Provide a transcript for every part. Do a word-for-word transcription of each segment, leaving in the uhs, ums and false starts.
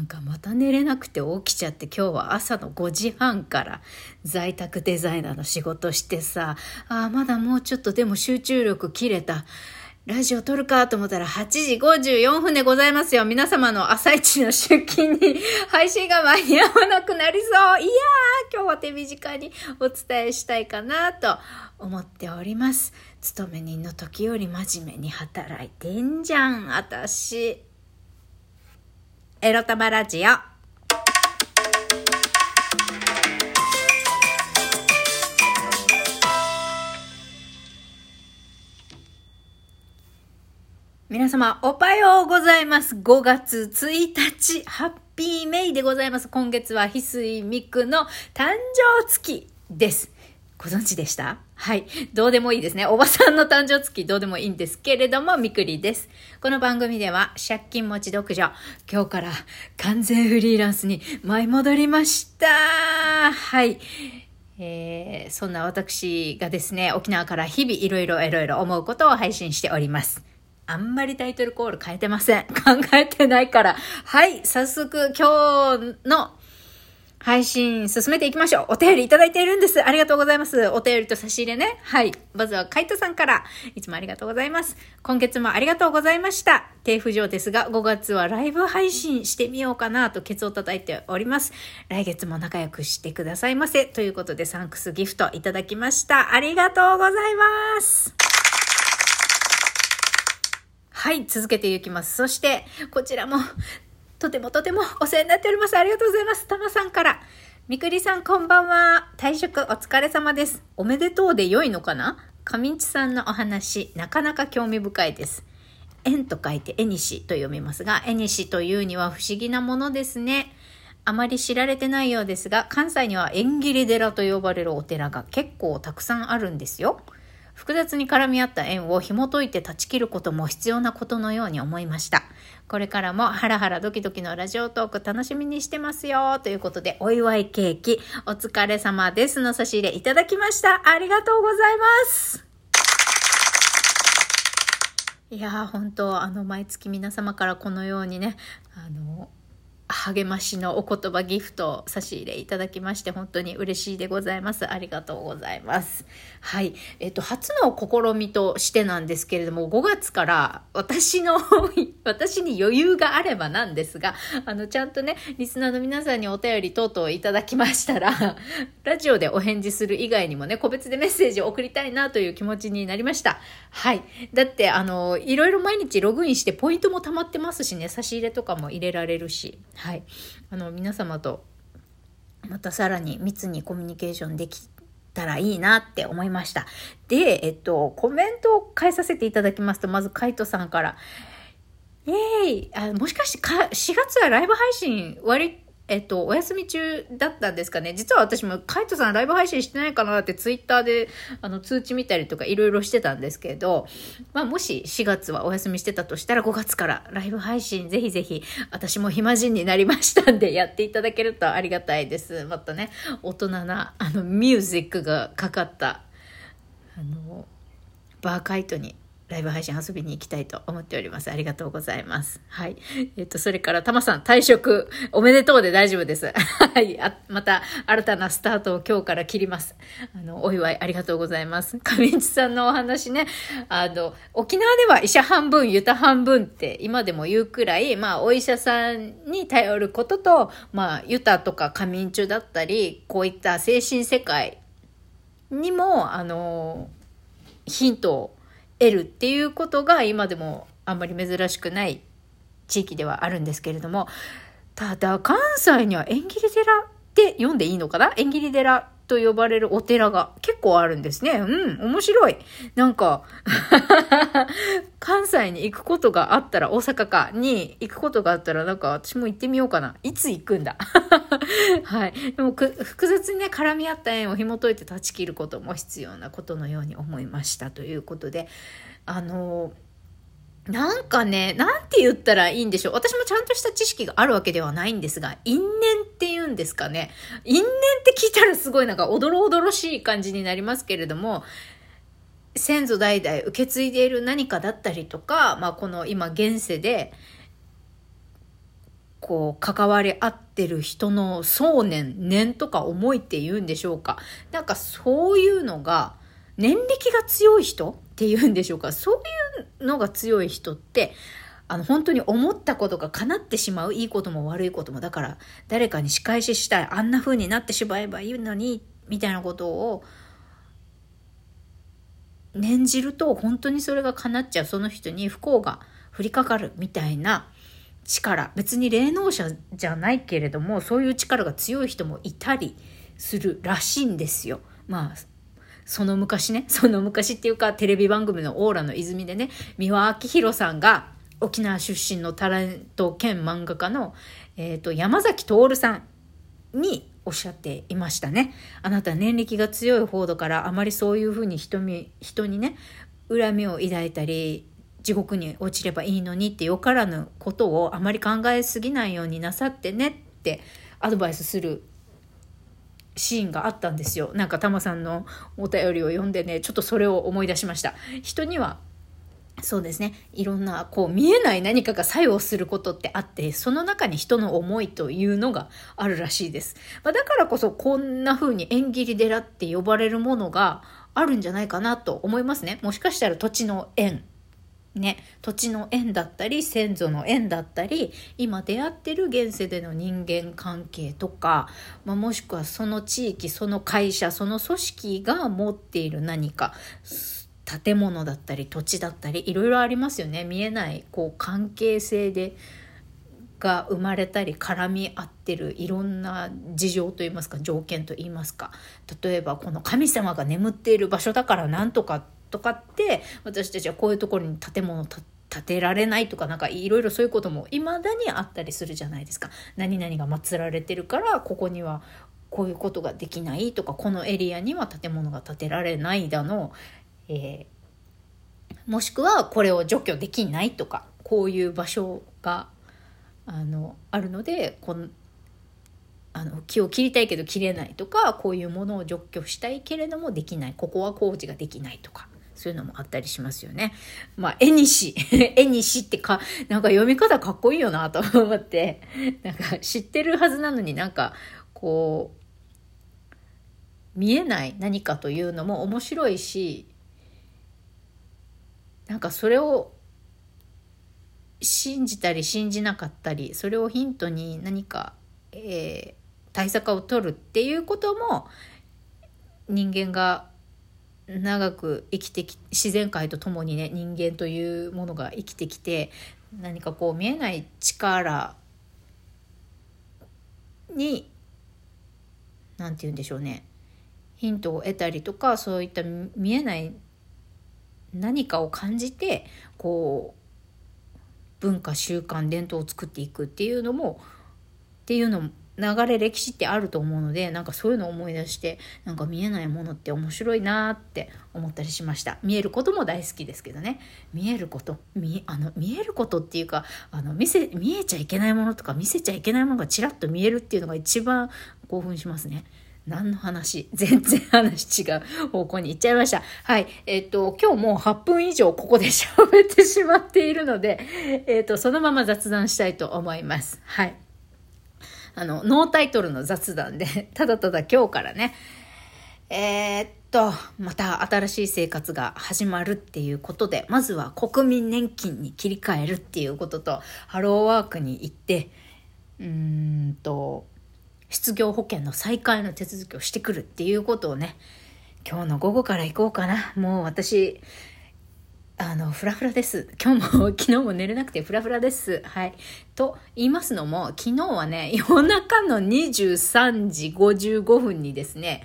なんかまた寝れなくて起きちゃって、今日は朝のごじはんから在宅デザイナーの仕事してさ、あまだもうちょっとでも集中力切れた。ラジオ撮るかと思ったらはちじごじゅうよんぷんでございますよ。皆様の朝一の出勤に配信が間に合わなくなりそう。いやー、今日は手短にお伝えしたいかなと思っております。勤め人の時より真面目に働いてんじゃん、あたし。エロ玉ラジオ。皆様おはようございます。ごがつついたち、ハッピーメイでございます。今月は翡翠ミクの誕生月です。ご存知でした？はい。どうでもいいですね。おばさんの誕生月どうでもいいんですけれども、みくりです。この番組では借金持ち独女。今日から完全フリーランスに舞い戻りました。はい。えー、そんな私がですね、沖縄から日々いろいろいろいろ思うことを配信しております。あんまりタイトルコール変えてません。考えてないから。はい。早速今日の配信進めていきましょう。お便りいただいているんです。ありがとうございます。お便りと差し入れね。はい。まずはカイトさんから。いつもありがとうございます。今月もありがとうございました。低浮上ですが、ごがつはライブ配信してみようかなとケツを叩いております。来月も仲良くしてくださいませ。ということで、サンクスギフトいただきました。ありがとうございます。はい、続けていきます。そして、こちらも、とてもとてもお世話になっております。ありがとうございます。たまさんから。みくりさん、こんばんは。退職お疲れ様です。おめでとうで良いのかな？上市さんのお話、なかなか興味深いです。縁と書いて、えにしと読みますが、えにしというには不思議なものですね。あまり知られてないようですが、関西には縁切り寺と呼ばれるお寺が結構たくさんあるんですよ。複雑に絡み合った縁を紐解いて断ち切ることも必要なことのように思いました。これからもハラハラドキドキのラジオトーク楽しみにしてますよ。ということで、お祝いケーキお疲れ様ですの差し入れいただきました。ありがとうございます。いやー、本当あの毎月皆様からこのようにね、あの励ましのお言葉ギフト差し入れいただきまして本当に嬉しいでございます。ありがとうございます。はい。えっと、初の試みとしてなんですけれども、ごがつから私の、私に余裕があればなんですが、あの、ちゃんとね、リスナーの皆さんにお便り等々いただきましたら、ラジオでお返事する以外にもね、個別でメッセージを送りたいなという気持ちになりました。はい。だって、あの、いろいろ毎日ログインしてポイントも溜まってますしね、差し入れとかも入れられるし、はい、あの皆様とまたさらに密にコミュニケーションできたらいいなって思いました。で、えっと、コメントを返させていただきますと、まずカイトさんから、イエーイ、あ、もしかしてかしがつはライブ配信割えっと、お休み中だったんですかね。実は私もカイトさんライブ配信してないかなってツイッターであの通知見たりとかいろいろしてたんですけど、まあもししがつはお休みしてたとしたらごがつからライブ配信ぜひぜひ私も暇人になりましたんでやっていただけるとありがたいです。またね、大人なあのミュージックがかかったあのバーカイトにライブ配信遊びに行きたいと思っております。ありがとうございます。はい。えっと、それから、たまさん、退職、おめでとうで大丈夫です。はい。あ、また、新たなスタートを今日から切ります。あの、お祝いありがとうございます。上市さんのお話ね、あの、沖縄では医者半分、ユタ半分って今でも言うくらい、まあ、お医者さんに頼ることと、まあ、ユタとか仮眠中だったり、こういった精神世界にも、あの、ヒントを得るっていうことが今でもあんまり珍しくない地域ではあるんですけれども、ただ関西には縁切り寺って読んでいいのかな、縁切り寺と呼ばれるお寺が結構あるんですね。うん、面白い。なんか関西に行くことがあったら、大阪かに行くことがあったら、なんか私も行ってみようかな。いつ行くんだはい。でも複雑にね、絡み合った縁を紐解いて断ち切ることも必要なことのように思いましたということで、あのなんかね、なんて言ったらいいんでしょう。私もちゃんとした知識があるわけではないんですが、因縁って言うんですかね。因縁って聞いたらすごいなんかおどろおどろしい感じになりますけれども、先祖代々受け継いでいる何かだったりとか、まあこの今現世でこう関わり合ってる人の想念、念とか思いっていうんでしょうか。なんかそういうのが、念力が強い人っていうんでしょうか。そういうのが強い人って、あの本当に思ったことが叶ってしまう、いいことも悪いことも。だから誰かに仕返ししたい、あんな風になってしまえばいいのに、みたいなことを念じると本当にそれが叶っちゃう。その人に不幸が降りかかるみたいな力、別に霊能者じゃないけれども、そういう力が強い人もいたりするらしいんですよ。まあその昔ね、その昔っていうか、テレビ番組のオーラの泉でね、三輪明宏さんが沖縄出身のタレント兼漫画家の、えーと、山崎徹さんにおっしゃっていましたね。あなた念力が強い方だから、あまりそういうふうに 人, 人にね恨みを抱いたり地獄に落ちればいいのにってよからぬことをあまり考えすぎないようになさってねってアドバイスするシーンがあったんですよ。なんかタマさんのお便りを読んでね、ちょっとそれを思い出しました。人にはそうですね、いろんなこう見えない何かが作用することってあって、その中に人の思いというのがあるらしいです。まあ、だからこそこんな風に縁切り寺って呼ばれるものがあるんじゃないかなと思いますね。もしかしたら土地の縁ね、土地の縁だったり先祖の縁だったり、今出会ってる現世での人間関係とか、まあ、もしくはその地域、その会社、その組織が持っている何か建物だったり土地だったり、いろいろありますよね。見えないこう関係性でが生まれたり絡み合ってるいろんな事情といいますか、条件といいますか。例えばこの神様が眠っている場所だからなんとかとかって、私たちはこういうところに建物を建てられないとか、なんかいろいろそういうことも未だにあったりするじゃないですか。何々が祀られてるからここにはこういうことができないとか、このエリアには建物が建てられないだの、えー、もしくはこれを除去できないとか、こういう場所があのあるので、このあの木を切りたいけど切れないとか、こういうものを除去したいけれどもできない、ここは工事ができないとか、そういうのもあったりしますよね。まあ、絵にし絵にしってか、なんか読み方かっこいいよなと思って、なんか知ってるはずなのに、なんかこう見えない何かというのも面白いし、なんかそれを信じたり信じなかったり、それをヒントに何か、えー、対策を取るっていうことも、人間が長く生きてき、自然界とともにね、人間というものが生きてきて、何かこう見えない力に、なんて言うんでしょうね、ヒントを得たりとか、そういった見えない何かを感じて、こう文化習慣伝統を作っていくっていうのもっていうのも流れ、歴史ってあると思うので、なんかそういうのを思い出して、なんか見えないものって面白いなって思ったりしました。見えることも大好きですけどね。見えること見あの見えることっていうか、あの見せ見えちゃいけないものとか見せちゃいけないものがちらっと見えるっていうのが一番興奮しますね。何の話、全然話違う方向に行っちゃいました。はい。えっと、今日もうはっぷん以上ここで喋ってしまっているので、えっと、そのまま雑談したいと思います。はい。あの、ノータイトルの雑談で、ただただ今日からね、えー、っと、また新しい生活が始まるっていうことで、まずは国民年金に切り替えるっていうことと、ハローワークに行って、うーんと、失業保険の再開の手続きをしてくるっていうことをね、今日の午後から行こうかな。もう私、あの、フラフラです。今日も、昨日も寝れなくてフラフラです。はい。と言いますのも、昨日はね、夜中のにじゅうさんじごじゅうごふんにですね、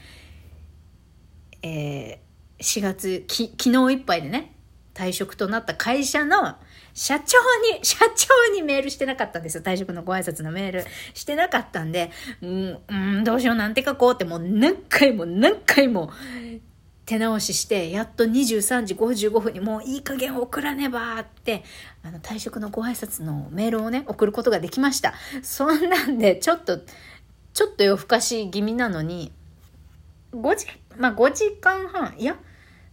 えー、しがつ、き、昨日いっぱいでね、退職となった会社の社長に、社長にメールしてなかったんですよ。退職のご挨拶のメールしてなかったんで、うん、うん、どうしようなんて書こうってもう何回も何回も手直しして、やっとにじゅうさんじごじゅうごふんにもういい加減送らねばって、あの退職のご挨拶のメールをね、送ることができました。そんなんで、ちょっと、ちょっと夜更かし気味なのに、ごじ、まあごじかんはん、いや、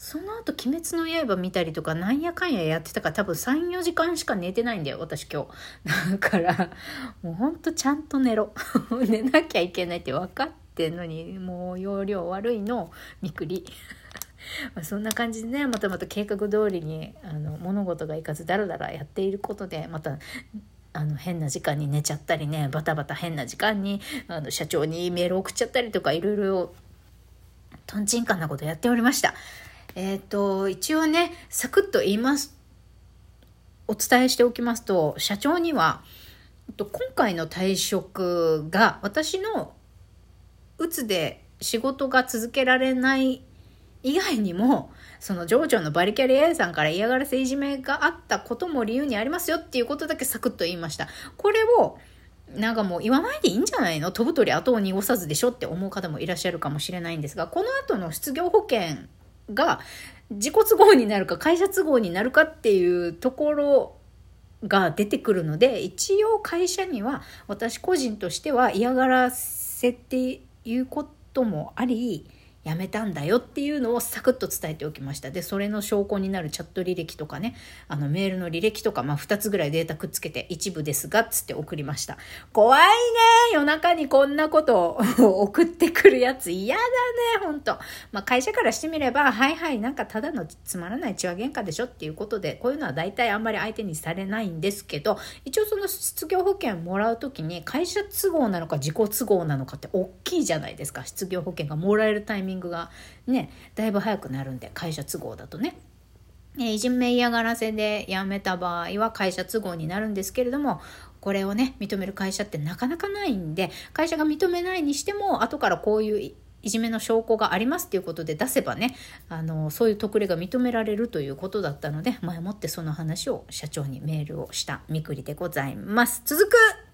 その後鬼滅の刃見たりとかなんやかんややってたから、多分さん、よじかんしか寝てないんだよ私今日。だからもうほんとちゃんと寝ろ寝なきゃいけないって分かってんのに、もう容量悪いのみくりまあそんな感じでね、またまた計画通りにあの物事がいかずだらだらやっていることで、またあの変な時間に寝ちゃったりね、バタバタ変な時間にあの社長にメール送っちゃったりとか、いろいろとんちんかんなことやっておりました。えっと一応ねサクッと言いますお伝えしておきますと、社長には今回の退職が私のうつで仕事が続けられない以外にも、その上長のバリキャリ A さんから嫌がらせいじめがあったことも理由にありますよっていうことだけサクッと言いました。これをなんかもう言わないでいいんじゃないの、飛ぶ鳥後を濁さずでしょって思う方もいらっしゃるかもしれないんですが、この後の失業保険が自己都合になるか会社都合になるかっていうところが出てくるので、一応会社には私個人としては嫌がらせっていうこともありやめたんだよっていうのをサクッと伝えておきました。でそれの証拠になるチャット履歴とかね、あのメールの履歴とか、まあ、ふたつぐらいデータくっつけて一部ですがっつって送りました。怖いね、夜中にこんなことを送ってくるやつ嫌だね本当。まあ、会社からしてみればはいはいなんかただのつまらない血は喧嘩でしょっていうことで、こういうのは大体あんまり相手にされないんですけど、一応その失業保険もらうときに会社都合なのか自己都合なのかって大きいじゃないですか。失業保険がもらえるタイミングがねだいぶ早くなるんで、会社都合だとね、いじめ嫌がらせで辞めた場合は会社都合になるんですけれども、これをね認める会社ってなかなかないんで、会社が認めないにしても後からこういういじめの証拠がありますっていうことで出せばね、あのそういう特例が認められるということだったので、前もってその話を社長にメールをしたみくりでございます。続く